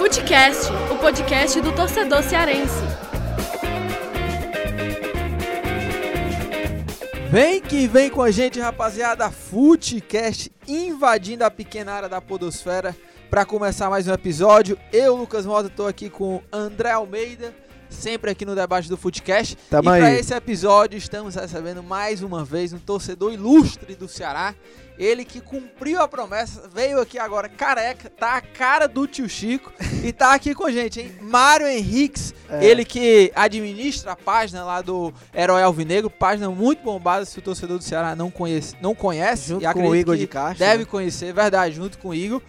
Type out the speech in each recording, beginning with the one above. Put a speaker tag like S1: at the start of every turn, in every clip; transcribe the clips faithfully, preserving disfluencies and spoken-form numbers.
S1: Futecast, o podcast do torcedor cearense.
S2: Vem que vem com a gente, rapaziada. Futecast invadindo a pequena área da podosfera para começar mais um episódio. Eu, Lucas Mota, tô aqui com André Almeida, sempre aqui no debate do Futecast. E para esse episódio estamos recebendo mais uma vez um torcedor ilustre do Ceará. Ele que cumpriu a promessa, veio aqui agora careca, tá a cara do tio Chico e tá aqui com a gente, hein? Mário Henriques, é. Ele que administra a página lá do Herói Alvinegro, página muito bombada, se o torcedor do Ceará não conhece, não conhece
S3: junto
S2: e
S3: com o Igor de Castro,
S2: deve
S3: né?
S2: conhecer, verdade, junto com o Igor.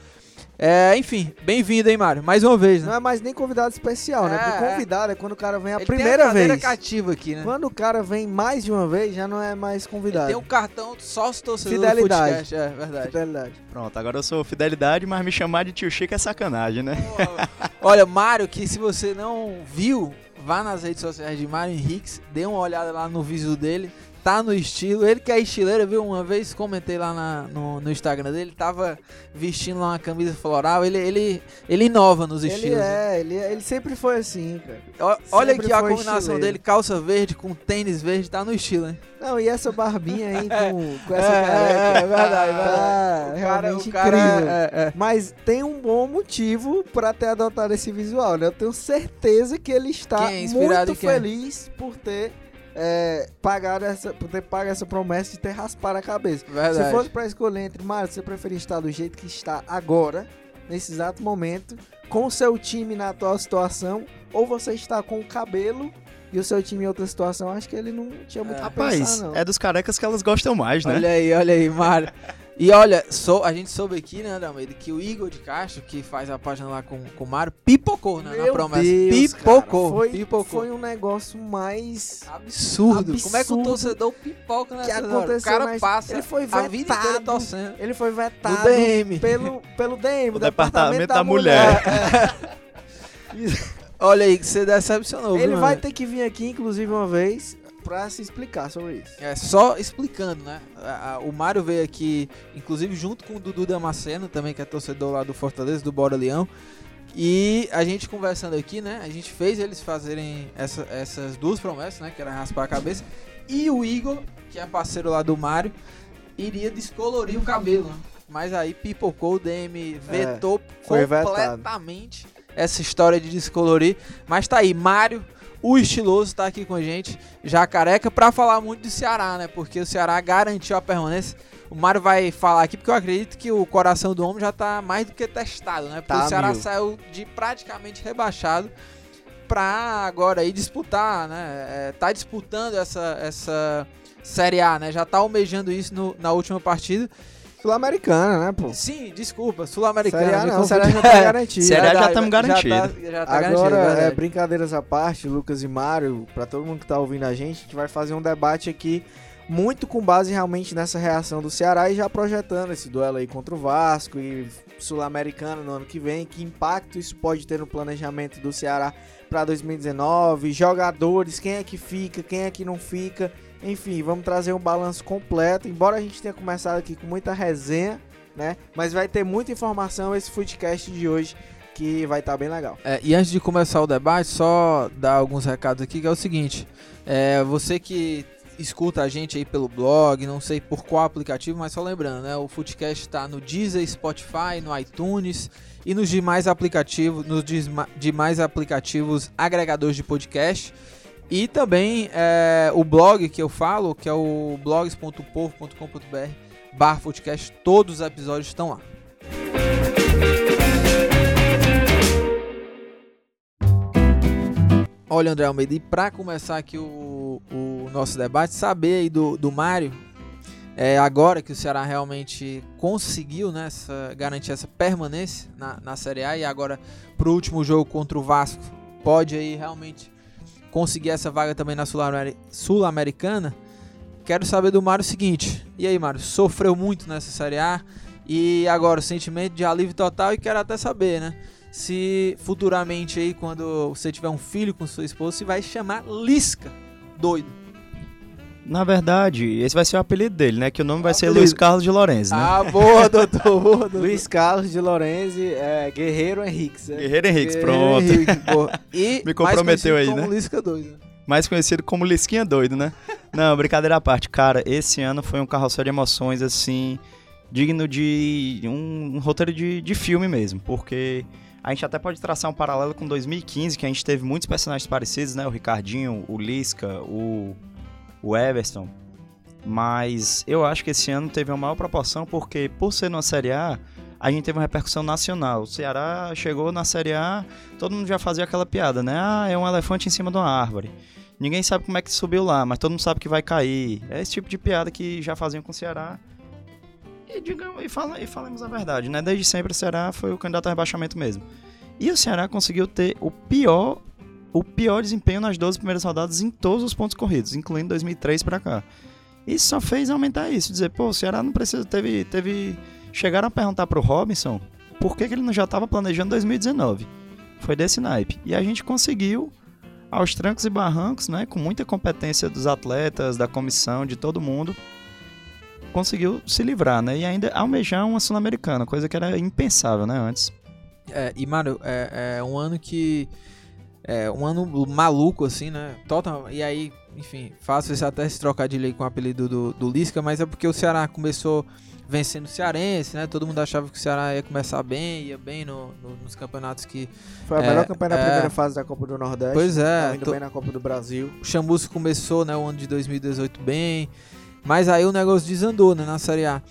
S2: É, enfim, bem-vindo, hein, Mário? Mais uma vez, né?
S3: Não é mais nem convidado especial, né?
S2: É,
S3: Porque convidado é quando o cara vem a
S2: ele
S3: primeira
S2: tem a
S3: vez.
S2: cativa aqui, né?
S3: Quando o cara vem mais de uma vez, já não é mais convidado.
S2: Ele tem um cartão sócio torcedor
S3: Fidelidade.
S2: do Futecast, é verdade.
S3: Fidelidade.
S4: Pronto, agora eu sou fidelidade, mas me chamar de tio Chico é sacanagem, né?
S2: Olha, Mário, que se você não viu, vá nas redes sociais de Mário Henriques, dê uma olhada lá no vídeo dele. Tá no estilo, ele que é estileiro, viu? Uma vez comentei lá na, no, no Instagram dele, tava vestindo lá uma camisa floral, ele, ele, ele inova nos
S3: ele
S2: estilos.
S3: É,
S2: né?
S3: ele é, ele sempre foi assim, cara.
S2: O, olha
S3: sempre
S2: aqui a combinação
S3: estileiro.
S2: dele, calça verde com tênis verde, tá no estilo, hein?
S3: Não, e essa barbinha aí com, com essa
S2: é,
S3: careca.
S2: É, é verdade,
S3: tá
S2: verdade.
S3: realmente
S2: o cara,
S3: incrível.
S2: É, é.
S3: Mas tem um bom motivo pra ter adotado esse visual, né? Eu tenho certeza que ele está
S2: Quem é inspirado
S3: muito
S2: em quem?
S3: feliz por ter... É, pagar essa, por ter pago essa promessa de ter raspado a cabeça.
S2: Verdade.
S3: Se fosse pra escolher entre, Mário, você preferia estar do jeito que está agora, nesse exato momento, com o seu time na atual situação, ou você está com o cabelo e o seu time em outra situação? Acho que ele não tinha muito
S2: É.
S3: a
S4: Rapaz,
S3: pensar, não.
S4: é dos carecas que elas gostam mais, né?
S2: Olha aí, olha aí, Mário. E olha, sou, a gente soube aqui, né, André Almeida, que o Igor de Castro, que faz a página lá com, com o Mário, pipocou, né,
S3: Meu
S2: na promessa.
S3: Deus,
S2: pipocou,
S3: cara, foi,
S2: pipocou.
S3: foi um negócio mais
S2: Absurdo.
S3: absurdo
S2: Como é que o torcedor pipoca
S3: que
S2: nessa hora?
S3: aconteceu.
S2: O cara
S3: mas
S2: passa
S3: ele foi
S2: a vida inteira
S3: vetado,
S2: torcendo.
S3: ele foi vetado
S2: No D M.
S3: pelo, pelo D M,
S4: O Departamento da
S3: Mulher.
S4: Mulher.
S2: Olha aí, que você decepcionou.
S3: Ele
S2: viu,
S3: vai
S2: mano?
S3: ter que vir aqui, inclusive, uma vez pra se explicar sobre isso.
S2: É, só explicando, né? A- a- O Mário veio aqui, inclusive junto com o Dudu Damasceno, também que é torcedor lá do Fortaleza, do Bora Leão. E a gente conversando aqui, né? A gente fez eles fazerem essa- essas duas promessas, né? Que era raspar a cabeça. E o Igor, que é parceiro lá do Mário, iria descolorir o cabelo, né? Mas aí pipocou, o D M vetou
S3: foi
S2: completamente essa história de descolorir. Mas tá aí, Mário, o estiloso, tá aqui com a gente, já careca, pra falar muito do Ceará, né? Porque o Ceará garantiu a permanência. O Mário vai falar aqui, porque eu acredito que o coração do homem já tá mais do que testado, né? Porque
S3: Tá,
S2: o Ceará
S3: mil.
S2: saiu de praticamente rebaixado pra agora aí disputar, né? É, tá disputando essa, essa Série A, né? Já tá almejando isso no- na última partida.
S3: Sul-Americana, né, pô?
S2: Sim, desculpa, Sul-Americana.
S3: Série A
S2: me
S3: não,
S2: confundi.
S3: Série A já tá garantido.
S4: Série A já
S2: Verdade,
S4: estamos
S2: Já tá,
S4: garantido.
S2: já tá garantido,
S3: Agora, é,
S2: verdade.
S3: brincadeiras à parte, Lucas e Mário, pra todo mundo que tá ouvindo a gente, a gente vai fazer um debate aqui muito com base realmente nessa reação do Ceará e já projetando esse duelo aí contra o Vasco e Sul-Americano no ano que vem, que impacto isso pode ter no planejamento do Ceará pra dois mil e dezenove, jogadores, quem é que fica, quem é que não fica, enfim, vamos trazer um balanço completo, embora a gente tenha começado aqui com muita resenha, né, mas vai ter muita informação esse Futecast de hoje, que vai estar bem legal.
S2: É, e antes de começar o debate, só dar alguns recados aqui, que é o seguinte, é, você que escuta a gente aí pelo blog, não sei por qual aplicativo, mas só lembrando, né, o Futecast está no Deezer, Spotify, no iTunes e nos demais aplicativos, nos desma- demais aplicativos agregadores de podcast. E também é, o blog que eu falo, que é o blogs ponto povo ponto com ponto br barra Futecast, todos os episódios estão lá. Olha, André Almeida, e para começar aqui o, o nosso debate, saber aí do, do Mário, é, agora que o Ceará realmente conseguiu, né, essa, garantir essa permanência na, na Série A, e agora pro último jogo contra o Vasco, pode aí realmente conseguir essa vaga também na Sul-Ameri- Sul-Americana. Quero saber do Mário o seguinte, e aí, Mário, sofreu muito nessa Série A, e agora o sentimento de alívio total, e quero até saber, né, se futuramente aí, quando você tiver um filho com sua esposa, você vai chamar Lisca doido.
S4: Na verdade, esse vai ser o apelido dele, né? Que o nome vai ser
S2: Apelido.
S4: Luiz Carlos de Lorenzi, né?
S2: Ah, boa, doutor, boa, doutor.
S3: Luiz Carlos de Lorenzi, é, Guerreiro Henriques. É.
S4: Guerreiro Henriques,
S2: Guerreiro
S4: pronto.
S2: Henrique, pô. E
S4: Me comprometeu
S2: mais
S4: aí,
S2: como
S4: né?
S2: Lisca dois, né?
S4: Mais conhecido como Lisquinha Doido, né? Não, brincadeira à parte. Cara, esse ano foi um carrossel de emoções, assim, digno de um, um roteiro de, de filme mesmo, porque a gente até pode traçar um paralelo com dois mil e quinze, que a gente teve muitos personagens parecidos, né? O Ricardinho, o Lisca, o, o Everton. Mas eu acho que esse ano teve uma maior proporção porque, por ser numa Série A, a gente teve uma repercussão nacional. O Ceará chegou na Série A, todo mundo já fazia aquela piada, né? Ah, é um elefante em cima de uma árvore. Ninguém sabe como é que subiu lá, mas todo mundo sabe que vai cair. É esse tipo de piada que já faziam com o Ceará. E, digamos, e, fala, e falemos a verdade, né? Desde sempre o Ceará foi o candidato ao rebaixamento mesmo. E o Ceará conseguiu ter o pior, o pior desempenho nas doze primeiras rodadas em todos os pontos corridos, incluindo dois mil e três pra cá. Isso só fez aumentar isso, dizer, pô, o Ceará não precisa, teve, teve, chegaram a perguntar pro Robinson por que, que ele não já estava planejando dois mil e dezenove, foi desse naipe, e a gente conseguiu, aos trancos e barrancos, né, com muita competência dos atletas, da comissão, de todo mundo, conseguiu se livrar, né, e ainda almejar uma Sul-Americana, coisa que era impensável, né, antes.
S2: É, e, mano, é, é um ano que... É um ano maluco, assim, né? Total, e aí, enfim, faço esse até esse trocadilho aí com o apelido do, do Lisca, mas é porque o Ceará começou vencendo o Cearense, né? Todo mundo achava que o Ceará ia começar bem, ia bem no, no, nos campeonatos que...
S3: Foi a
S2: é,
S3: melhor campanha da
S2: é,
S3: primeira fase da Copa do Nordeste.
S2: Pois é.
S3: Tá indo
S2: Tô,
S3: bem na Copa do Brasil.
S2: o Chamusco começou, né, o ano de dois mil e dezoito bem, mas aí o negócio desandou, né, na Série A.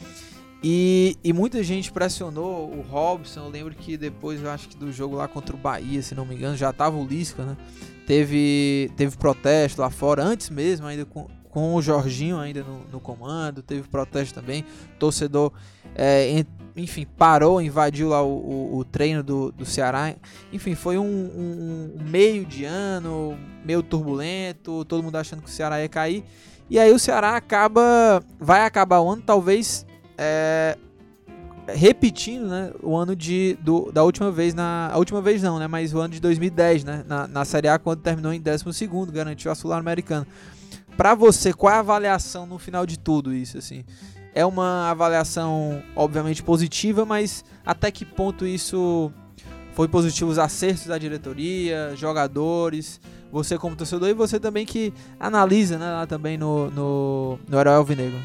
S2: E, e muita gente pressionou o Robson. Eu lembro que depois, eu acho que do jogo lá contra o Bahia, se não me engano, já tava o Lisca, né? Teve, teve protesto lá fora, antes mesmo, ainda com, com o Jorginho ainda no, no comando, teve protesto também. Torcedor, é, enfim, parou, invadiu lá o, o, o treino do, do Ceará. Enfim, foi um, um, um meio de ano, meio turbulento, todo mundo achando que o Ceará ia cair. E aí o Ceará acaba, vai acabar o ano, talvez... É, repetindo, né, o ano de, do, da última vez, na, a última vez não, né, mas o ano de dois mil e dez, né, na, na Série A, quando terminou em décimo segundo, garantiu a Sul-Americana. Pra você, qual é a avaliação no final de tudo isso, assim? É uma avaliação, obviamente, positiva, mas até que ponto isso foi positivo? Os acertos da diretoria, jogadores, você como torcedor e você também que analisa, né, lá também no, no, no Herói Alvinegro.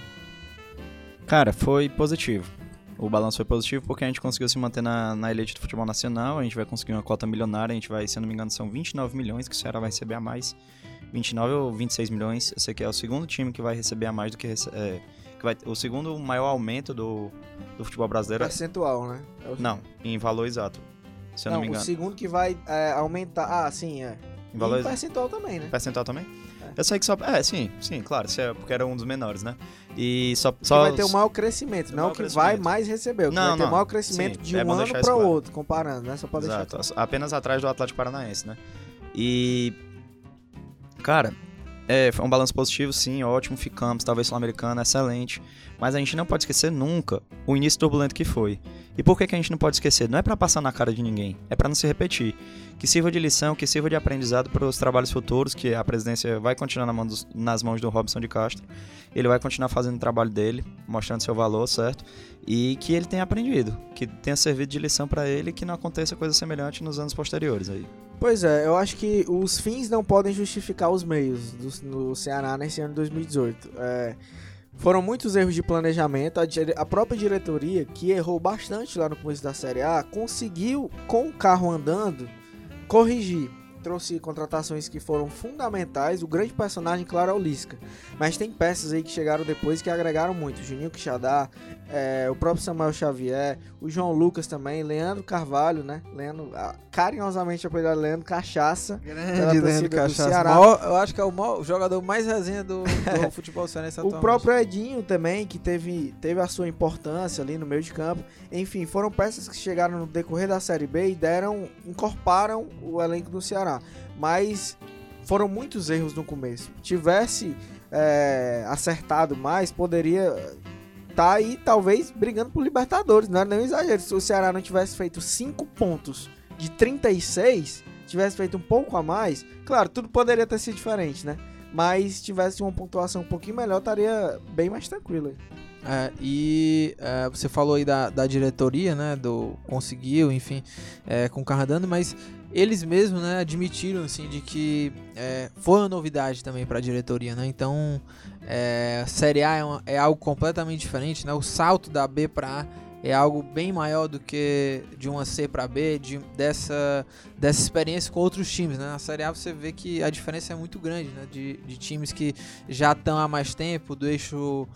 S4: Cara, foi positivo. O balanço foi positivo porque a gente conseguiu se manter na, na elite do futebol nacional. A gente vai conseguir uma cota milionária. A gente vai, se eu não me engano, são vinte e nove milhões que o Ceará vai receber a mais. vinte e nove ou vinte e seis milhões. Eu sei que é o segundo time que vai receber a mais do que... Rece- é, que vai, o segundo maior aumento do, do futebol brasileiro.
S3: Percentual, né? É o...
S4: Não, em valor exato. Se eu não,
S3: não
S4: me engano.
S3: o segundo que vai é, aumentar... Ah, sim, é.
S4: Em valor
S3: E
S4: exato.
S3: percentual também, né?
S4: Percentual também?
S3: É.
S4: Eu sei que só... É, sim, sim, claro. Se é, porque era um dos menores, né? E só...
S3: Que
S4: só
S3: vai ter o maior crescimento,
S4: o
S3: não
S4: maior
S3: que vai
S4: crescimento.
S3: mais receber. O que
S4: Não,
S3: vai ter
S4: não.
S3: o maior crescimento
S4: Sim,
S3: de
S4: é
S3: um
S4: bom
S3: ano
S4: deixar
S3: para
S4: isso
S3: o
S4: claro.
S3: outro, comparando, né? Só pra deixar
S4: Exato,
S3: claro.
S4: apenas atrás do Atlético Paranaense, né? E... Cara, é, foi um balanço positivo, sim, ótimo, ficamos, talvez Sul-Americana, excelente. Mas a gente não pode esquecer nunca o início turbulento que foi. E por que, que a gente não pode esquecer? Não é pra passar na cara de ninguém, é pra não se repetir. Que sirva de lição, que sirva de aprendizado para os trabalhos futuros, que a presidência vai continuar na mão dos, nas mãos do Robson de Castro. Ele vai continuar fazendo o trabalho dele, mostrando seu valor, certo? E que ele tenha aprendido, que tenha servido de lição pra ele e que não aconteça coisa semelhante nos anos posteriores aí.
S3: Pois é, eu acho que os fins não podem justificar os meios do, no Ceará nesse ano de dois mil e dezoito. É, foram muitos erros de planejamento. A, dire, a própria diretoria, que errou bastante lá no começo da Série A, conseguiu, com o carro andando, corrigir. Trouxe contratações que foram fundamentais. O grande personagem, claro, é o Lisca. Mas tem peças aí que chegaram depois que agregaram muito. O Juninho Quixadá, é, o próprio Samuel Xavier, o João Lucas também, Leandro Carvalho, né? Leandro, carinhosamente apelidado Leandro Cachaça.
S2: Grande Leandro Cachaça. Maior, eu acho que é o, maior, o jogador mais resenha do, do futebol cearense atualmente.
S3: O próprio Edinho também, que teve, teve a sua importância ali no meio de campo. Enfim, foram peças que chegaram no decorrer da Série B e deram, incorporaram o elenco do Ceará. Mas foram muitos erros no começo. Tivesse é, acertado mais, poderia estar aí talvez brigando por Libertadores. Não era nem um exagero. Se o Ceará não tivesse feito cinco pontos de trinta e seis, tivesse feito um pouco a mais, claro, tudo poderia ter sido diferente, né? mas se tivesse uma pontuação um pouquinho melhor, estaria bem mais tranquilo.
S2: É, e é, você falou aí da, da diretoria, né, do conseguiu, enfim, é, com o carro andando, mas eles mesmos, né, admitiram, assim, de que é, foi uma novidade também para a diretoria, né, então é, Série A é, uma, é algo completamente diferente, né, o salto da B para A é algo bem maior do que de uma C para B, de, dessa, dessa experiência com outros times, né? Na Série A você vê que a diferença é muito grande, né? De, de times que já estão há mais tempo, do eixo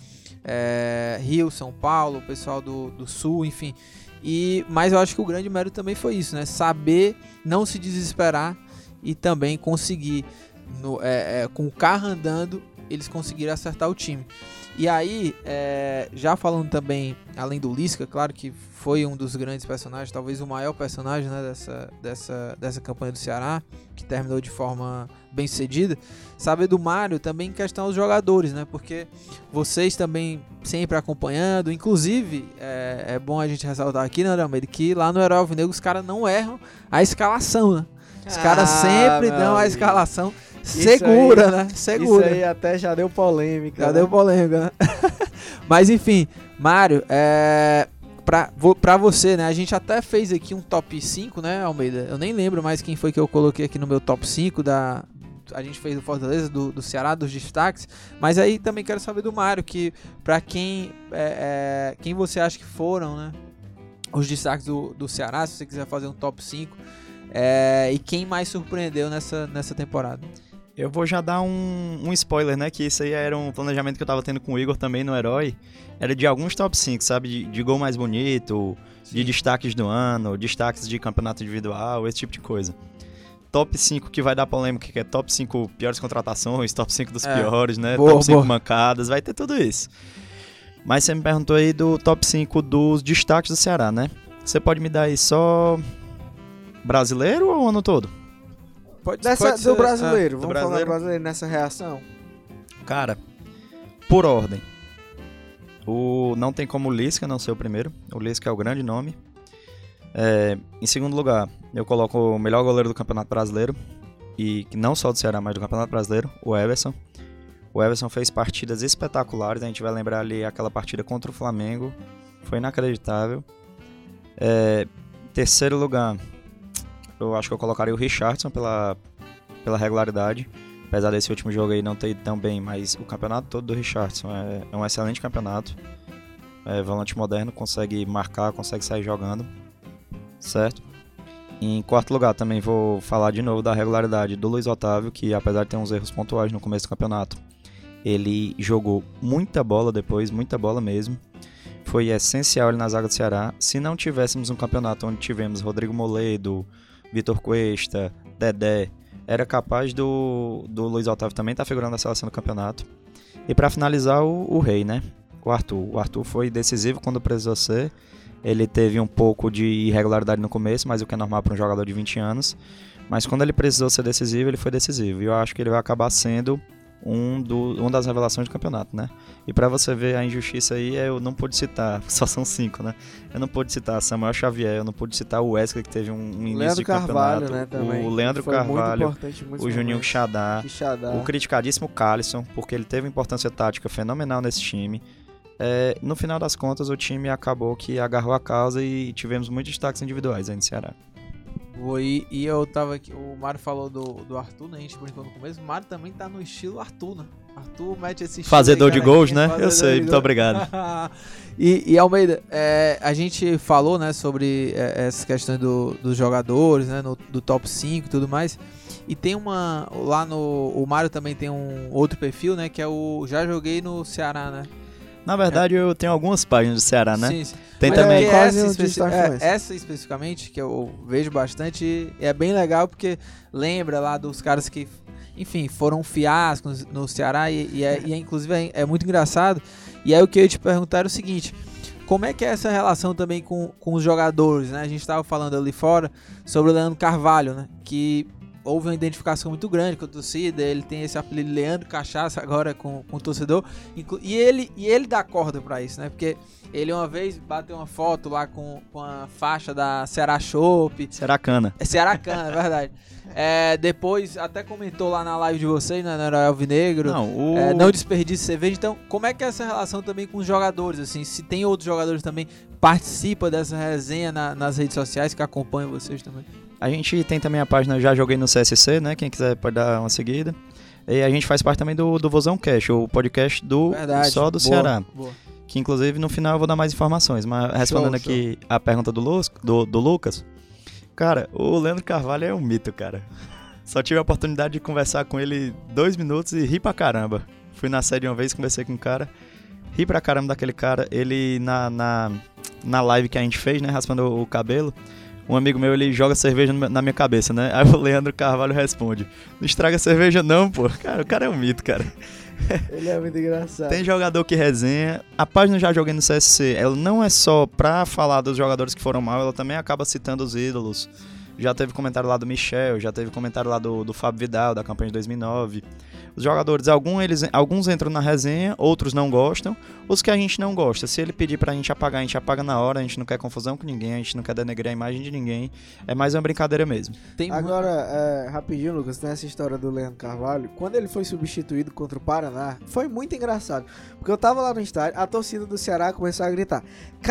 S2: é, Rio, São Paulo, o pessoal do, do Sul, enfim. E, mas eu acho que o grande mérito também foi isso, né? Saber não se desesperar e também conseguir, no, é, é, com o carro andando, eles conseguiram acertar o time. E aí, é, já falando também, além do Lisca, claro que foi um dos grandes personagens, talvez o maior personagem, né, dessa, dessa, dessa campanha do Ceará, que terminou de forma bem sucedida, saber do Mário também em questão aos jogadores, né, porque vocês também sempre acompanhando, inclusive, é, é bom a gente ressaltar aqui, né, Almeida, que lá no Herói Alvinegro os caras não erram a escalação, né, os caras ah, sempre dão a escalação segura, aí, né? Segura.
S3: Isso aí até já deu polêmica.
S2: Já
S3: né?
S2: deu polêmica, né? Mas enfim, Mário, é... pra, pra você, né? A gente até fez aqui um top cinco, né, Almeida? Eu nem lembro mais quem foi que eu coloquei aqui no meu top cinco da... A gente fez do Fortaleza, do, do Ceará, dos destaques. Mas aí também quero saber do Mário, que pra quem, é, é, quem você acha que foram, né? Os destaques do, do Ceará, se você quiser fazer um top cinco. É, e quem mais surpreendeu nessa, nessa temporada?
S4: Eu vou já dar um, um spoiler, né? Que isso aí era um planejamento que eu tava tendo com o Igor também no Herói. Era de alguns top cinco, sabe? De, de gol mais bonito, Sim. de destaques do ano, destaques de campeonato individual, esse tipo de coisa. Top cinco que vai dar polêmica, que é top cinco piores contratações, top cinco dos é. piores, né? Boa, top cinco boa. mancadas, vai ter tudo isso. Mas você me perguntou aí do top cinco dos destaques do Ceará, né? Você pode me dar aí só brasileiro ou o ano todo?
S3: Pode, Dessa, pode ser, do brasileiro,
S4: ah,
S3: vamos
S4: do brasileiro.
S3: falar do brasileiro nessa reação.
S4: Cara, por ordem. O, não tem como o Lisca não ser o primeiro. O Lisca é o grande nome. É, em segundo lugar, eu coloco o melhor goleiro do Campeonato Brasileiro. E não só do Ceará, mas do Campeonato Brasileiro, o Everson. O Everson fez partidas espetaculares. A gente vai lembrar ali aquela partida contra o Flamengo. Foi inacreditável. É, terceiro lugar, eu acho que eu colocaria o Richardson pela, pela regularidade. Apesar desse último jogo aí não ter ido tão bem, mas o campeonato todo do Richardson é, é um excelente campeonato. É, volante moderno, consegue marcar, consegue sair jogando. Certo? Em quarto lugar também vou falar de novo da regularidade do Luiz Otávio, que apesar de ter uns erros pontuais no começo do campeonato, ele jogou muita bola depois, muita bola mesmo. Foi essencial ele na zaga do Ceará. Se não tivéssemos um campeonato onde tivemos Rodrigo Moledo, Vitor Cuesta, Dedé, era capaz do, do Luiz Otávio também estar tá figurando na seleção do campeonato. E para finalizar, o, o Rei, né? O Arthur. O Arthur foi decisivo quando precisou ser. Ele teve um pouco de irregularidade no começo, mas o que é normal para um jogador de vinte anos. Mas quando ele precisou ser decisivo, ele foi decisivo. E eu acho que ele vai acabar sendo um, do, um das revelações do campeonato, né? E para você ver a injustiça aí, eu não pude citar, só são cinco, né? Eu não pude citar Samuel Xavier, eu não pude citar o Wesley, que teve um, um início
S3: Leandro
S4: de
S3: Carvalho,
S4: campeonato.
S3: Né, também.
S4: O Leandro
S3: foi
S4: Carvalho,
S3: muito importante, muito
S4: o Juninho Quixadá,
S3: Quixadá,
S4: o criticadíssimo Calisson, porque ele teve importância tática fenomenal nesse time. É, no final das contas, o time acabou que agarrou a causa e tivemos muitos destaques individuais aí no Ceará.
S2: E, e eu tava aqui, o Mário falou do, do Arthur, né? A gente brincou no começo. O Mário também tá no estilo Arthur, né? Arthur mete esse estilo.
S4: Fazedor
S2: aí,
S4: de
S2: cara,
S4: gols, né? Eu sei,
S2: de
S4: muito
S2: gol.
S4: obrigado.
S2: e, e Almeida, é, a gente falou, né, sobre é, essas questões do, dos jogadores, né? No, do top cinco e tudo mais. E tem uma. Lá no. O Mário também tem um outro perfil, né? Que é o Já Joguei no Ceará, né?
S4: Na verdade, é. eu tenho algumas páginas do Ceará, né?
S2: Sim, sim.
S4: Tem
S2: Mas
S4: também.
S2: É essa, especi é, essa especificamente, que eu vejo bastante, é bem legal porque lembra lá dos caras que, enfim, foram fiascos no Ceará e, e, é, e é, inclusive é, é muito engraçado. E aí o que eu ia te perguntar é o seguinte: como é que é essa relação também com, com os jogadores, né? A gente estava falando ali fora sobre o Leandro Carvalho, né? Que houve uma identificação muito grande com a torcida, ele tem esse apelido Leandro Cachaça agora com, com o torcedor, e ele, e ele dá corda pra isso, né? Porque ele uma vez bateu uma foto lá com, com a faixa da Ceará Chopp.
S4: Ceará Cana.
S2: É Ceará Cana, é verdade. É, depois, até comentou lá na live de vocês, né, no Herói Alvinegro,
S4: Não, o...
S2: é, não desperdice cerveja. Então, como é que é essa relação também com os jogadores? Assim, se tem outros jogadores também, participa dessa resenha na, nas redes sociais que acompanham vocês também?
S4: A gente tem também a página Já Joguei no C S C, né? Quem quiser pode dar uma seguida. E a gente faz parte também do, do Vozão Cash, o podcast do
S2: Verdade,
S4: só do
S2: boa,
S4: Ceará.
S2: Boa.
S4: Que inclusive no final eu vou dar mais informações. Mas respondendo
S2: Show,
S4: aqui a pergunta do, Lu, do, do Lucas, cara, o Leandro Carvalho é um mito, cara. Só tive a oportunidade de conversar com ele dois minutos e ri pra caramba. Fui na sede uma vez, conversei com um cara, ri pra caramba daquele cara. Ele na, na, na live que a gente fez, né, raspando o, o cabelo, um amigo meu, ele joga cerveja na minha cabeça, né? Aí o Leandro Carvalho responde: não estraga cerveja não, pô. Cara, o cara é um mito, cara.
S3: Ele é muito engraçado.
S4: Tem jogador que resenha. A página Já Joguei no C S C, ela não é só pra falar dos jogadores que foram mal, ela também acaba citando os ídolos. Já teve comentário lá do Michel, já teve comentário lá do, do Fábio Vidal, da campanha de dois mil e nove. Os jogadores, alguns, eles, alguns entram na resenha, outros não gostam. Os que a gente não gosta, se ele pedir pra gente apagar, a gente apaga na hora. A gente não quer confusão com ninguém, a gente não quer denegrir a imagem de ninguém. É mais uma brincadeira mesmo.
S2: Tem
S3: Agora, é, rapidinho, Lucas, tem essa história do Leandro Carvalho. Quando ele foi substituído contra o Paraná, foi muito engraçado. Porque eu tava lá no estádio, a torcida do Ceará começou a gritar: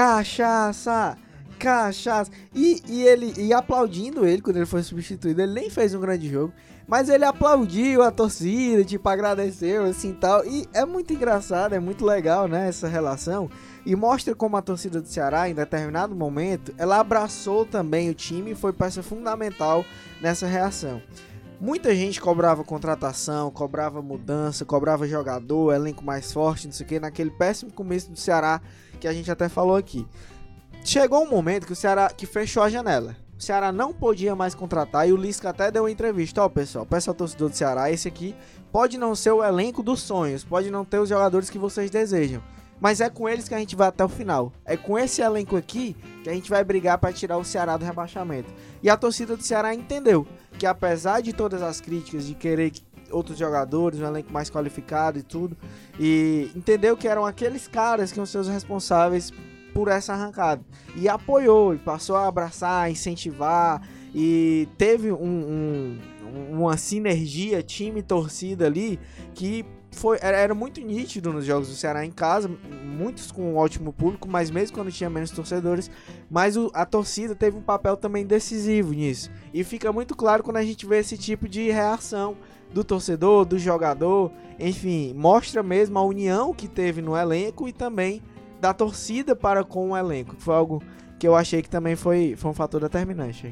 S3: cachaça! Cachaça! E, e ele e aplaudindo ele quando ele foi substituído. Ele nem fez um grande jogo, mas ele aplaudiu a torcida, tipo, agradeceu, assim, tal. E é muito engraçado, é muito legal, né, essa relação. E mostra como a torcida do Ceará, em determinado momento, ela abraçou também o time e foi peça fundamental nessa reação. Muita gente cobrava contratação, cobrava mudança, cobrava jogador, elenco mais forte, não sei o que, naquele péssimo começo do Ceará, que a gente até falou aqui. Chegou um momento que o Ceará que fechou a janela. O Ceará não podia mais contratar e o Lisca até deu uma entrevista. Ó, oh, pessoal, peço ao torcedor do Ceará, esse aqui pode não ser o elenco dos sonhos, pode não ter os jogadores que vocês desejam, mas é com eles que a gente vai até o final. É com esse elenco aqui que a gente vai brigar para tirar o Ceará do rebaixamento. E a torcida do Ceará entendeu que, apesar de todas as críticas de querer outros jogadores, um elenco mais qualificado e tudo, e entendeu que eram aqueles caras que iam ser os responsáveis por essa arrancada, e apoiou, e passou a abraçar, incentivar, e teve um, um, uma sinergia time-torcida ali, que foi, era, era muito nítido nos jogos do Ceará em casa, muitos com um ótimo público, mas mesmo quando tinha menos torcedores, mas o, a torcida teve um papel também decisivo nisso, e fica muito claro quando a gente vê esse tipo de reação do torcedor, do jogador, enfim, mostra mesmo a união que teve no elenco e também da torcida para com o elenco. Foi algo que eu achei que também foi, foi um fator determinante.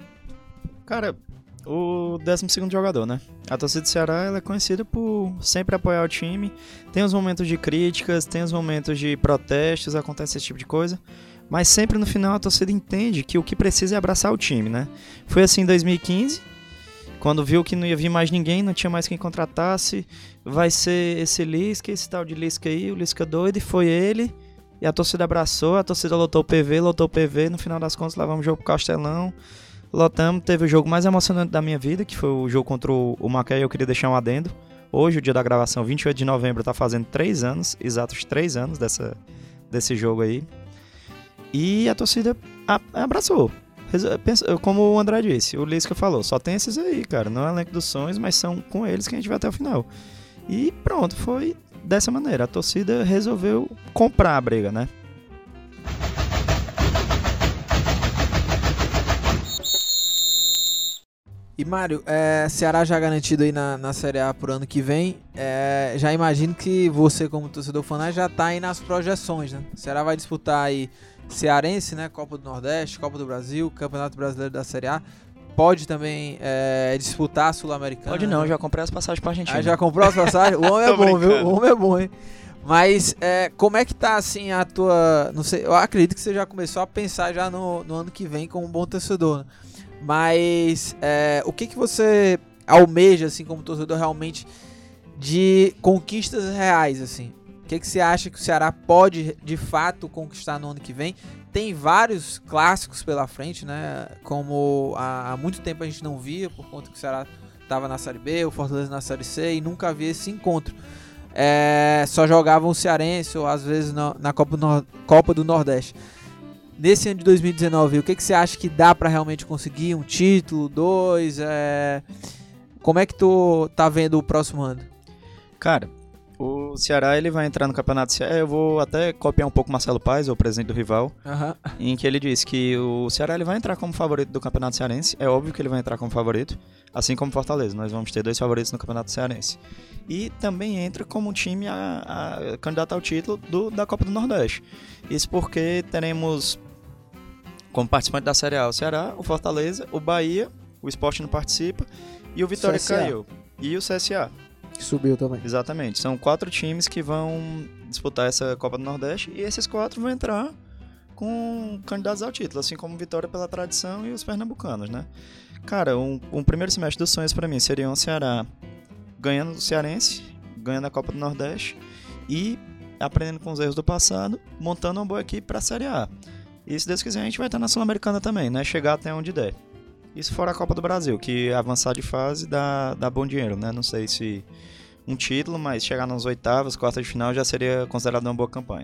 S4: Cara, o décimo segundo jogador, né? A torcida do Ceará, ela é conhecida por sempre apoiar o time. Tem os momentos de críticas, tem os momentos de protestos, acontece esse tipo de coisa. Mas sempre no final a torcida entende que o que precisa é abraçar o time, né? Foi assim em dois mil e quinze, quando viu que não ia vir mais ninguém, não tinha mais quem contratasse. Vai ser esse Lisca, esse tal de Lisca aí, o Lisca doido, e foi ele. E a torcida abraçou, a torcida lotou o P V, lotou o P V, no final das contas levamos o jogo pro Castelão, lotamos, teve o jogo mais emocionante da minha vida, que foi o jogo contra o Macaé. Eu queria deixar um adendo. Hoje, o dia da gravação, vinte e oito de novembro, tá fazendo três anos, exatos três anos dessa, desse jogo aí. E a torcida abraçou. Como o André disse, o Lisca falou, só tem esses aí, cara, não é o elenco dos sonhos, mas são com eles que a gente vai até o final. E pronto, foi dessa maneira, a torcida resolveu comprar a briga, né?
S2: E Mário, é, Ceará já garantido aí na, na Série A pro ano que vem, é, já imagino que você como torcedor fanático já tá aí nas projeções, né? O Ceará vai disputar aí Cearense, né? Copa do Nordeste, Copa do Brasil, Campeonato Brasileiro da Série A. Pode também é, disputar a Sul-Americana.
S4: Pode não, já comprei as passagens pra Argentina.
S2: Ah, já comprou as passagens? O homem é bom, viu? O homem é bom, hein? Mas é, como é que tá assim a tua... Não sei, eu acredito que você já começou a pensar já no, no ano que vem como um bom torcedor, né? Mas é, o que que você almeja assim como torcedor realmente de conquistas reais, assim? O que que você acha que o Ceará pode de fato conquistar no ano que vem? Tem vários clássicos pela frente, né? Como há, há muito tempo a gente não via, por conta que o Ceará estava na Série B, o Fortaleza na Série C, e nunca havia esse encontro. É, só jogavam o Cearense ou às vezes na, na Copa, no, Copa do Nordeste. nesse ano de dois mil e dezenove, o que, que você acha que dá pra realmente conseguir? Um título, dois? É... Como é que tu tá vendo o próximo ano?
S4: Cara, o Ceará ele vai entrar no Campeonato Ceará. Eu vou até copiar um pouco o Marcelo Paes, o presidente do rival,
S2: Uhum.
S4: em que ele disse que o Ceará ele vai entrar como favorito do Campeonato Cearense. É óbvio que ele vai entrar como favorito, assim como Fortaleza. Nós vamos ter dois favoritos no Campeonato Cearense. E também entra como um time a, a candidato ao título do, da Copa do Nordeste. Isso porque teremos como participante da Série A o Ceará, o Fortaleza, o Bahia, o Sport não participa, e o Vitória
S3: C S A.
S4: caiu. E o C S A.
S3: Que subiu também.
S4: Exatamente. São quatro times que vão disputar essa Copa do Nordeste e esses quatro vão entrar com candidatos ao título, assim como Vitória pela tradição e os pernambucanos, né? Cara, um, um primeiro semestre dos sonhos pra mim seria o Ceará ganhando o Cearense, ganhando a Copa do Nordeste e aprendendo com os erros do passado, montando uma boa equipe pra Série A. E se Deus quiser a gente vai estar na Sul-Americana também, né? Chegar até onde der. Isso fora a Copa do Brasil, que avançar de fase dá, dá bom dinheiro, né? Não sei se um título, mas chegar nas oitavas, quartas de final já seria considerado uma boa campanha.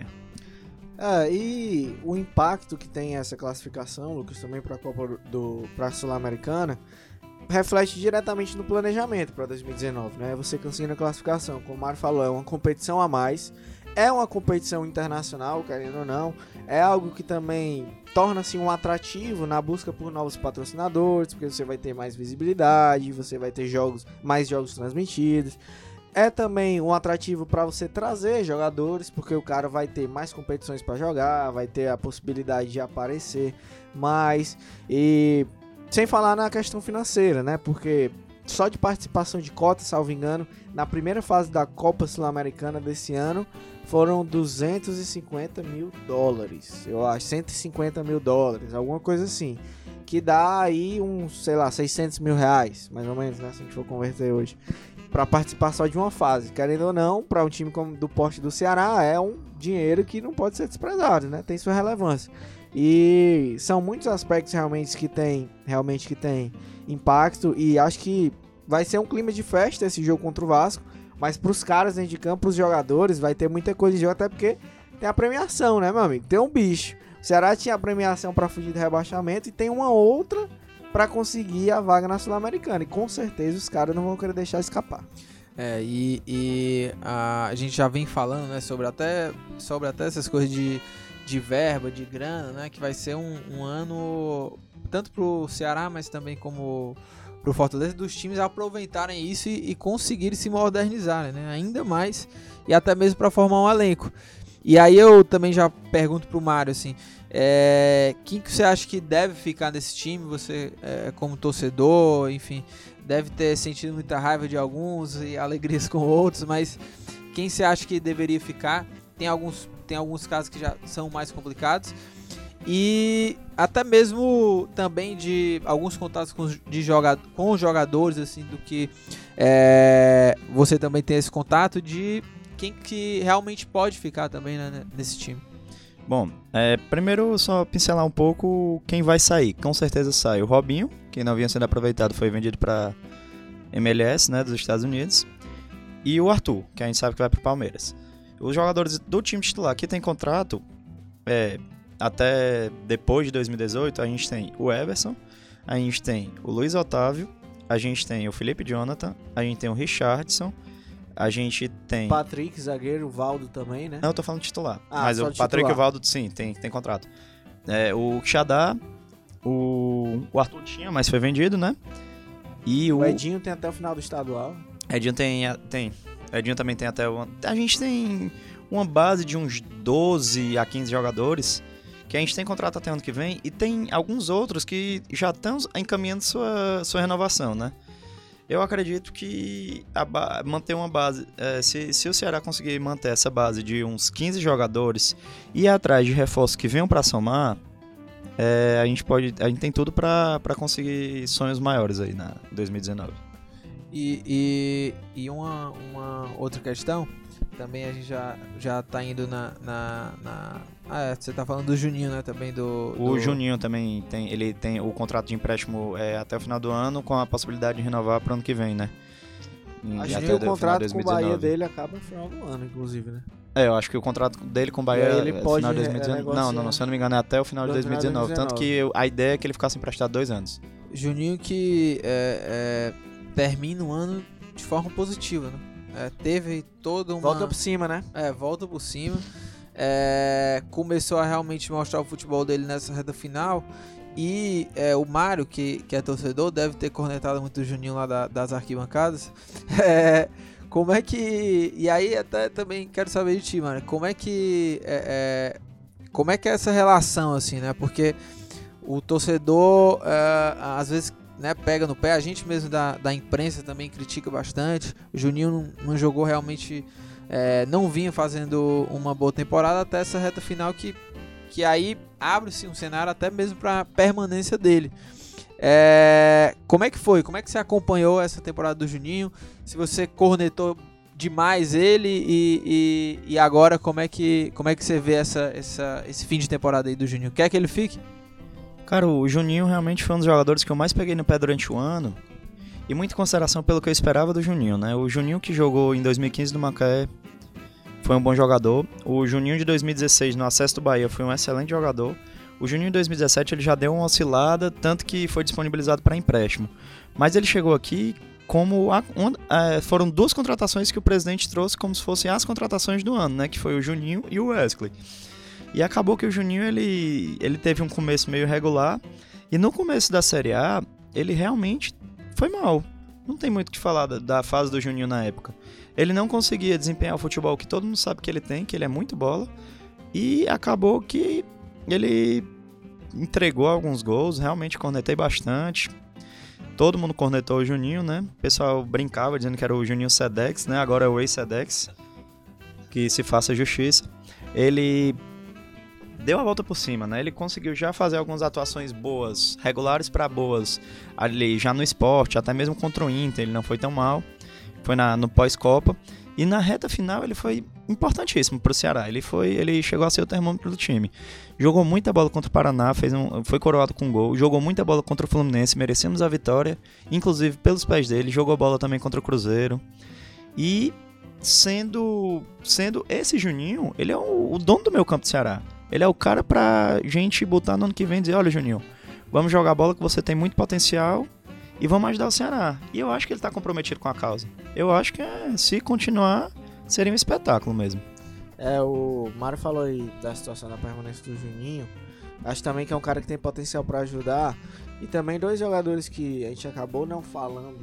S3: É, e o impacto que tem essa classificação, Lucas, também para a Copa do para a Sul-Americana, reflete diretamente no planejamento para dois mil e dezenove, né? Você conseguindo a classificação, como o Mário falou, é uma competição a mais, é uma competição internacional, querendo ou não, é algo que também torna-se um atrativo na busca por novos patrocinadores, porque você vai ter mais visibilidade, você vai ter jogos, mais jogos transmitidos. É também um atrativo para você trazer jogadores, porque o cara vai ter mais competições para jogar, vai ter a possibilidade de aparecer mais, e sem falar na questão financeira, né? Porque só de participação de cota, salvo engano, na primeira fase da Copa Sul-Americana desse ano, foram duzentos e cinquenta mil dólares, eu acho, cento e cinquenta mil dólares, alguma coisa assim, que dá aí uns, sei lá, seiscentos mil reais, mais ou menos, né, se a gente for converter hoje, para participar só de uma fase. Querendo ou não, para um time como do porte do Ceará, é um dinheiro que não pode ser desprezado, né, tem sua relevância. E são muitos aspectos realmente que tem, realmente que tem impacto, e acho que vai ser um clima de festa esse jogo contra o Vasco. Mas pros caras dentro de campo, pros jogadores, vai ter muita coisa de jogo, até porque tem a premiação, né, meu amigo? Tem um bicho. O Ceará tinha a premiação pra fugir do rebaixamento e tem uma outra pra conseguir a vaga na Sul-Americana. E com certeza os caras não vão querer deixar escapar.
S2: É, e, e a, a gente já vem falando, né, sobre até, sobre até essas coisas de, de verba, de grana, né, que vai ser um, um ano, tanto pro Ceará, mas também como pro Fortaleza, dos times aproveitarem isso e, e conseguirem se modernizarem, né, ainda mais, e até mesmo para formar um elenco. E aí eu também já pergunto pro Mário, assim, é, quem que você acha que deve ficar nesse time? Você, é, como torcedor, enfim, deve ter sentido muita raiva de alguns e alegrias com outros, mas quem você acha que deveria ficar? Tem alguns, tem alguns casos que já são mais complicados. E até mesmo também de alguns contatos com, de joga, com os jogadores, assim, do que é, você também tem esse contato de quem que realmente pode ficar também, né, nesse time.
S4: Bom, é, primeiro só pincelar um pouco quem vai sair. Com certeza sai o Robinho, que não vinha sendo aproveitado, foi vendido para M L S, né, dos Estados Unidos. E o Arthur, que a gente sabe que vai para o Palmeiras. Os jogadores do time titular que tem contrato, é, até depois de dois mil e dezoito, a gente tem o Everson, a gente tem o Luiz Otávio, a gente tem o Felipe Jonathan, a gente tem o Richardson, a gente tem...
S3: Patrick, zagueiro, o Valdo também, né?
S4: Não, eu tô falando titular.
S3: Ah,
S4: mas o Patrick
S3: titular.
S4: e o Valdo, sim, tem, tem contrato. É, o Xadá, o, o Arthur tinha, mas foi vendido, né? E o...
S3: O Edinho tem até o final do estadual.
S4: Edinho tem... tem. Edinho também tem até... o... A gente tem uma base de uns doze a quinze jogadores que a gente tem contrato até ano que vem, e tem alguns outros que já estão encaminhando sua, sua renovação, né? Eu acredito que a ba- manter uma base, é, se, se o Ceará conseguir manter essa base de uns quinze jogadores e ir atrás de reforços que venham para somar, é, a gente pode, a gente tem tudo para conseguir sonhos maiores aí na dois mil e dezenove.
S2: E, e, e uma, uma outra questão, também a gente já, já tá indo na... na, na... Ah, é, você tá falando do Juninho, né, também do...
S4: O
S2: do...
S4: Juninho também tem, ele tem o contrato de empréstimo é, até o final do ano, com a possibilidade de renovar para o ano que vem, né? E
S3: Acho
S4: até
S3: que o
S4: final de
S3: contrato
S4: dois
S3: com
S4: mil
S3: o
S4: e dezenove.
S3: Bahia dele acaba no final do ano, inclusive, né?
S4: É, eu acho que o contrato dele com o Bahia
S3: ele
S4: é
S3: pode
S4: final de dois mil e dezenove. Não, não, não, se eu não me engano é até o final de dois mil e dezenove. Tanto que eu, a ideia é que ele ficasse emprestado dois anos.
S2: Juninho que é, é, termina o ano de forma positiva, né? É, teve toda uma...
S3: Volta por cima, né?
S2: É, volta por cima. É, começou a realmente mostrar o futebol dele nessa reta final. E é, o Mário, que, que é torcedor, deve ter cornetado muito o Juninho lá da, das arquibancadas. É, como é que... E aí até também quero saber de ti, Mário. Como é que... É, é, como é que é essa relação, assim, né? Porque o torcedor, é, às vezes... Né, pega no pé, a gente mesmo da, da imprensa também critica bastante. O Juninho não, não jogou realmente, é, não vinha fazendo uma boa temporada até essa reta final que, que aí abre-se um cenário até mesmo para permanência dele. É, como é que foi? Como é que você acompanhou essa temporada do Juninho? Se você cornetou demais ele e, e, e agora como é que, como é que você vê essa, essa, esse fim de temporada aí do Juninho? Quer que ele fique?
S4: Cara, o Juninho realmente foi um dos jogadores que eu mais peguei no pé durante o ano. E muita consideração pelo que eu esperava do Juninho, né? O Juninho que jogou em dois mil e quinze no Macaé foi um bom jogador. O Juninho de dois mil e dezesseis no Acesso do Bahia foi um excelente jogador. O Juninho de dois mil e dezessete ele já deu uma oscilada, tanto que foi disponibilizado para empréstimo. Mas ele chegou aqui como... A, um, é, foram duas contratações que o presidente trouxe como se fossem as contratações do ano, né? Que foi o Juninho e o Wesley. E acabou que o Juninho ele, ele teve um começo meio regular. E no começo da Série A, ele realmente foi mal. Não tem muito o que falar da, da fase do Juninho na época. Ele não conseguia desempenhar o futebol que todo mundo sabe que ele tem, que ele é muito bola. E acabou que ele entregou alguns gols. Realmente cornetei bastante. Todo mundo cornetou o Juninho, né? O pessoal brincava dizendo que era o Juninho Sedex, né? Agora é o ex-Sedex. Que se faça justiça. Ele... deu a volta por cima, né? Ele conseguiu já fazer algumas atuações boas, regulares para boas, ali já no Sport, até mesmo contra o Inter, ele não foi tão mal, foi na, no pós-Copa, e na reta final ele foi importantíssimo pro Ceará, ele, foi, ele chegou a ser o termômetro do time, jogou muita bola contra o Paraná, fez um, foi coroado com gol, jogou muita bola contra o Fluminense, merecemos a vitória, inclusive pelos pés dele, jogou bola também contra o Cruzeiro, e sendo, sendo esse Juninho, ele é o, o dono do meio campo do Ceará. Ele é o cara pra gente botar no ano que vem e dizer, olha, Juninho, vamos jogar bola que você tem muito potencial e vamos ajudar o Ceará. E eu acho que ele tá comprometido com a causa. Eu acho que é, se continuar, seria um espetáculo mesmo.
S3: É, o Mário falou aí da situação da permanência do Juninho. Acho também que é um cara que tem potencial pra ajudar. E também dois jogadores que a gente acabou não falando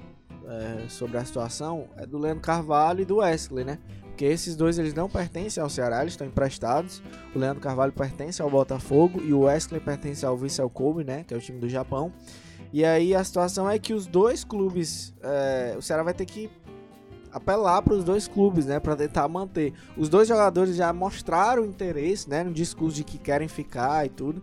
S3: é, sobre a situação é do Leandro Carvalho e do Wesley, né? Porque esses dois eles não pertencem ao Ceará, eles estão emprestados. O Leandro Carvalho pertence ao Botafogo e o Wesley pertence ao Vissel Kobe, né, que é o time do Japão. E aí a situação é que os dois clubes, é, o Ceará vai ter que apelar para os dois clubes, né, para tentar manter. Os dois jogadores já mostraram interesse, né, no discurso de que querem ficar e tudo,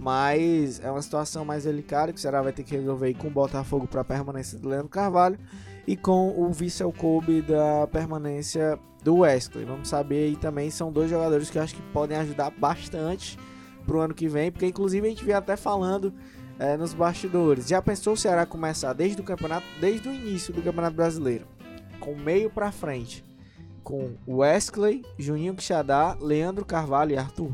S3: mas é uma situação mais delicada que o Ceará vai ter que resolver aí com o Botafogo para a permanência do Leandro Carvalho e com o Vissel Kobe da permanência do Wesley. Vamos saber aí também, são dois jogadores que eu acho que podem ajudar bastante pro ano que vem, porque inclusive a gente vem até falando é, nos bastidores. Já pensou o Ceará começar desde o campeonato, desde o início do Campeonato Brasileiro, com meio pra frente, com Wesley, Juninho Quixadá, Leandro Carvalho e Arthur?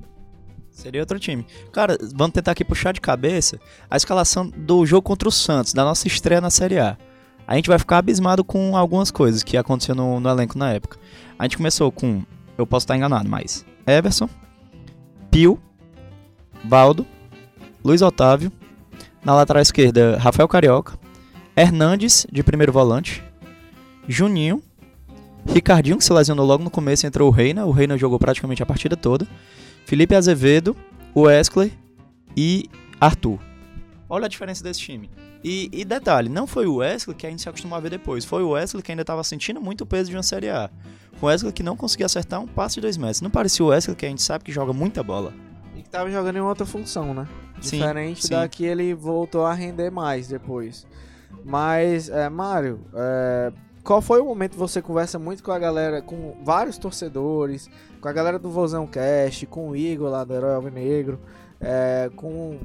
S4: Seria outro time. Cara, vamos tentar aqui puxar de cabeça a escalação do jogo contra o Santos, da nossa estreia na Série A. A gente vai ficar abismado com algumas coisas que aconteceu no, no elenco na época. A gente começou com, eu posso estar enganado, mas Everson, Pio, Valdo, Luiz Otávio, na lateral esquerda, Rafael Carioca, Hernandes, de primeiro volante, Juninho, Ricardinho, que se lesionou logo no começo, entrou o Reina, o Reina jogou praticamente a partida toda, Felipe Azevedo, Wesley e Arthur. Olha a diferença desse time. E, e detalhe, não foi o Wesley que a gente se acostumou a ver depois. Foi o Wesley que ainda estava sentindo muito o peso de uma Série A. O Wesley que não conseguia acertar um passe de dois metros. Não parecia o Wesley que a gente sabe que joga muita bola.
S3: E que estava jogando em outra função, né?
S4: Sim,
S3: Diferente
S4: sim.
S3: da que ele voltou a render mais depois. Mas, é, Mário, é, qual foi o momento que você conversa muito com a galera, com vários torcedores, com a galera do Vozão Cast, com o Igor lá do Herói Alvinegro, é, com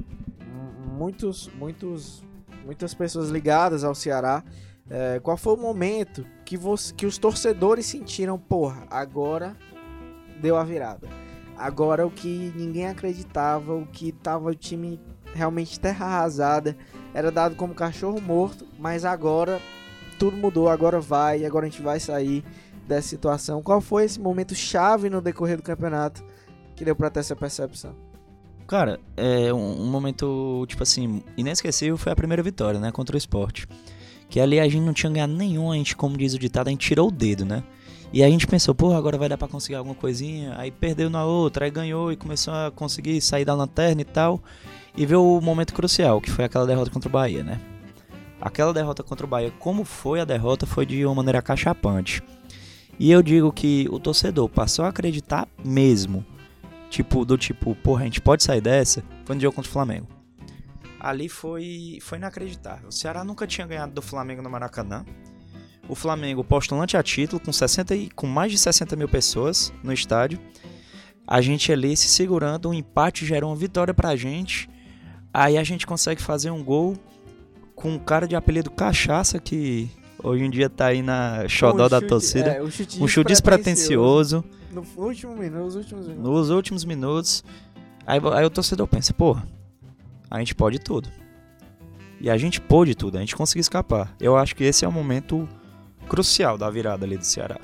S3: muitos, muitos... muitas pessoas ligadas ao Ceará, é, qual foi o momento que que, você, que os torcedores sentiram, porra, agora deu a virada. Agora o que ninguém acreditava, o que tava o time realmente terra arrasada, era dado como cachorro morto, mas agora tudo mudou, agora vai, agora a gente vai sair dessa situação. Qual foi esse momento chave no decorrer do campeonato que deu pra ter essa percepção?
S4: Cara, é um, um momento, tipo assim, inesquecível foi a primeira vitória, né, contra o Sport. Que ali a gente não tinha ganhado nenhum, a gente, como diz o ditado, a gente tirou o dedo, né? E aí a gente pensou, pô, agora vai dar pra conseguir alguma coisinha. Aí perdeu na outra, aí ganhou e começou a conseguir sair da lanterna e tal. E veio o momento crucial, que foi aquela derrota contra o Bahia, né? Aquela derrota contra o Bahia, como foi a derrota, foi de uma maneira cachapante. E eu digo que o torcedor passou a acreditar mesmo. Tipo, do tipo, porra, a gente pode sair dessa. Foi no jogo contra o Flamengo. Ali foi, foi inacreditável. O Ceará nunca tinha ganhado do Flamengo no Maracanã. O Flamengo postulante a título, com, sessenta, com mais de sessenta mil pessoas no estádio. A gente ali se segurando, um empate gerou uma vitória pra gente. Aí a gente consegue fazer um gol com um cara de apelido Cachaça, que hoje em dia tá aí na xodó um da chute, torcida. É, um chute, um chute despretensioso.
S3: No último minuto, nos últimos minutos.
S4: Nos últimos minutos. Aí, aí o torcedor pensa, porra, a gente pode tudo. E a gente pôde tudo, a gente conseguiu escapar. Eu acho que esse é o momento crucial da virada ali do Ceará.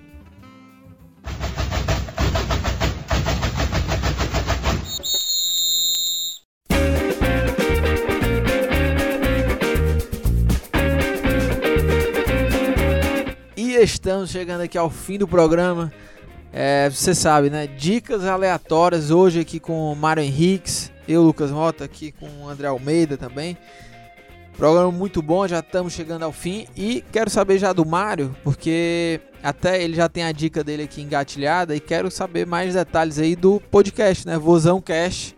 S2: E estamos chegando aqui ao fim do programa. É, você sabe, né? Dicas aleatórias hoje aqui com o Mário Henriques, eu, Lucas Mota, aqui com o André Almeida também. Programa muito bom, já estamos chegando ao fim. E quero saber já do Mário, porque até ele já tem a dica dele aqui engatilhada. E quero saber mais detalhes aí do podcast, né? Vozão Cast,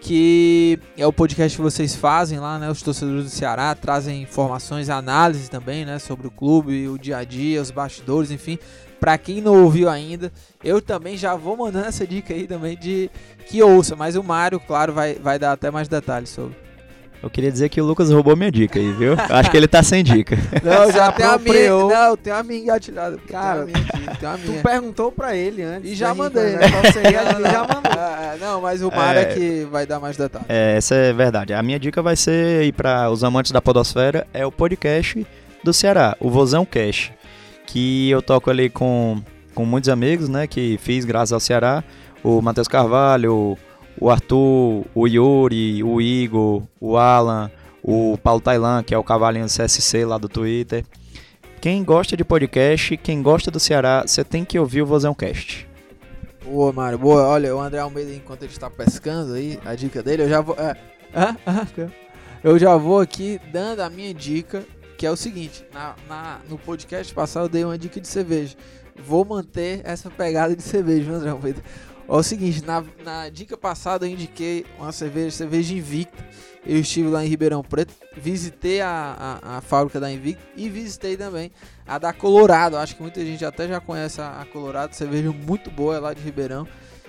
S2: que é o podcast que vocês fazem lá, né? Os torcedores do Ceará trazem informações, análises também, né? Sobre o clube, o dia a dia, os bastidores, enfim. Pra quem não ouviu ainda, eu também já vou mandando essa dica aí também de que ouça. Mas o Mário, claro, vai, vai dar até mais detalhes sobre.
S4: Eu queria dizer que o Lucas roubou minha dica aí, viu? Acho que ele tá sem dica.
S2: Não, já tem a minha. Não, tem a minha engatilhada.
S3: Cara,
S2: tem a minha, tem a minha.
S3: Tu perguntou pra ele antes.
S2: E já mandei.
S3: Né? Qual seria, ele já mandou.
S2: É, não, mas o Mário é, é que vai dar mais detalhes.
S4: É, essa é verdade. A minha dica vai ser aí para os amantes da podosfera, é o podcast do Ceará, o Vozão Cast, que eu toco ali com, com muitos amigos, né, que fiz graças ao Ceará, o Matheus Carvalho, o Arthur, o Yuri, o Igor, o Alan, o Paulo Tailan, que é o cavalinho do C S C lá do Twitter. Quem gosta de podcast, quem gosta do Ceará, você tem que ouvir o Vozão Cast.
S2: Boa, Mário, boa. Olha, o André Almeida, enquanto ele está pescando aí, a dica dele, eu já vou... É, ah, ah, eu já vou aqui dando a minha dica, que é o seguinte, na, na, no podcast passado eu dei uma dica de cerveja. Vou manter essa pegada de cerveja, André Almeida. É o seguinte, na, na dica passada eu indiquei uma cerveja, cerveja Invicta. Eu estive lá em Ribeirão Preto, visitei a, a, a fábrica da Invicta e visitei também a da Colorado. Acho que muita gente até já conhece a, a Colorado, cerveja muito boa, é lá de Ribeirão.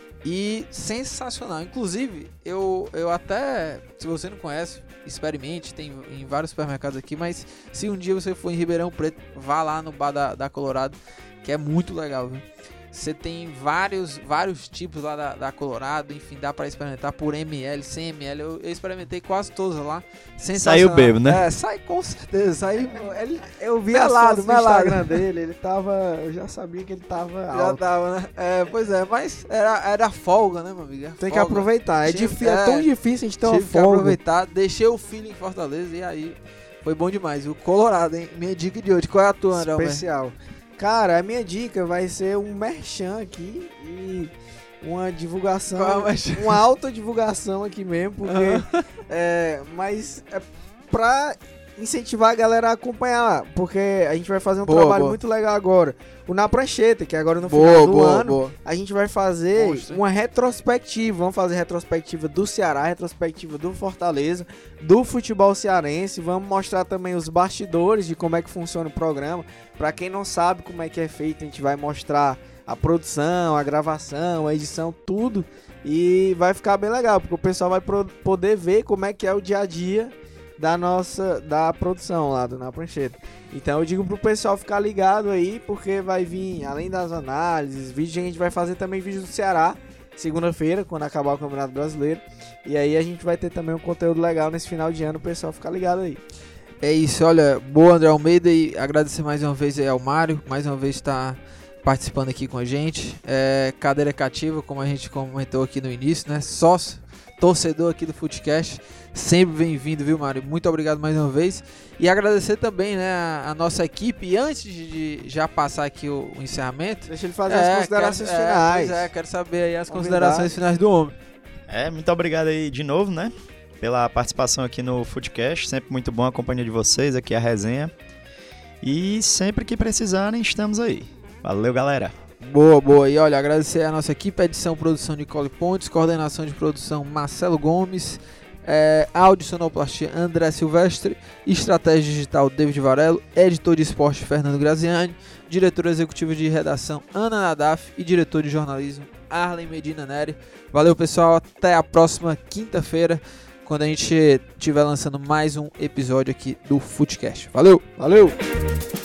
S2: E sensacional. Inclusive, eu, eu até, se você não conhece, experimente, tem em vários supermercados aqui, mas se um dia você for em Ribeirão Preto, vá lá no bar da, da Colorado, que é muito legal, viu? Você tem vários, vários tipos lá da, da Colorado, enfim, dá pra experimentar por ml, cem mililitros, eu, eu experimentei quase todos lá.
S4: Saiu bebo, né?
S2: É, sai com certeza, sai, ele,
S3: eu vi
S2: melado,
S3: as fotos no Instagram dele, ele tava, eu já sabia que ele tava
S2: já
S3: alto.
S2: tava, né? É, pois é, mas era, era folga, né, meu amigo? Era
S3: tem
S2: folga.
S3: Que aproveitar, é, difícil, é, é tão difícil a gente ter uma
S2: folga.
S3: Tive que
S2: aproveitar, deixei o filho em Fortaleza e aí foi bom demais. O Colorado, hein? Minha dica de hoje, qual é a tua, André?
S3: Especial. Cara, a minha dica vai ser um merchan aqui e uma divulgação, é uma autodivulgação aqui mesmo, porque uhum. é, mas é pra incentivar a galera a acompanhar, porque a gente vai fazer um boa, trabalho boa. muito legal agora. O Na Prancheta, que agora no boa, final do boa, ano, boa. a gente vai fazer Poxa. uma retrospectiva. Vamos fazer retrospectiva do Ceará, retrospectiva do Fortaleza, do futebol cearense. Vamos mostrar também os bastidores de como é que funciona o programa. Pra quem não sabe como é que é feito, a gente vai mostrar a produção, a gravação, a edição, tudo. E vai ficar bem legal, porque o pessoal vai pro- poder ver como é que é o dia a dia da nossa, da produção lá do Na Prancheta. Então eu digo pro pessoal ficar ligado aí, porque vai vir, além das análises, vídeos, a gente vai fazer também vídeo do Ceará, segunda-feira, quando acabar o Campeonato Brasileiro. E aí a gente vai ter também um conteúdo legal nesse final de ano, o pessoal ficar ligado aí.
S2: É isso, olha, boa André Almeida, e agradecer mais uma vez aí ao Mário, mais uma vez está participando aqui com a gente. É, cadeira cativa, como a gente comentou aqui no início, né? Sócio, torcedor aqui do Futecast, sempre bem-vindo, viu, Mário? Muito obrigado mais uma vez. E agradecer também, né, a, a nossa equipe. E antes de, de já passar aqui o, o encerramento,
S3: deixa ele fazer
S2: é,
S3: as considerações
S2: quero,
S3: finais.
S2: É, pois é, quero saber aí as
S3: Convidado.
S2: considerações finais do homem.
S4: É, muito obrigado aí de novo, né? Pela participação aqui no Futecast. Sempre muito bom a companhia de vocês, aqui a resenha. E sempre que precisarem, estamos aí. Valeu, galera.
S2: Boa, boa. E olha, agradecer a nossa equipe, edição, produção Nicole Pontes, coordenação de produção Marcelo Gomes, é, áudio sonoplastia André Silvestre, estratégia digital David Varelo, editor de esporte Fernando Graziani, diretor executivo de redação Ana Nadaf e diretor de jornalismo Arlen Medina Neri. Valeu, pessoal, até a próxima quinta-feira, quando a gente estiver lançando mais um episódio aqui do Futecast. Valeu!
S3: Valeu!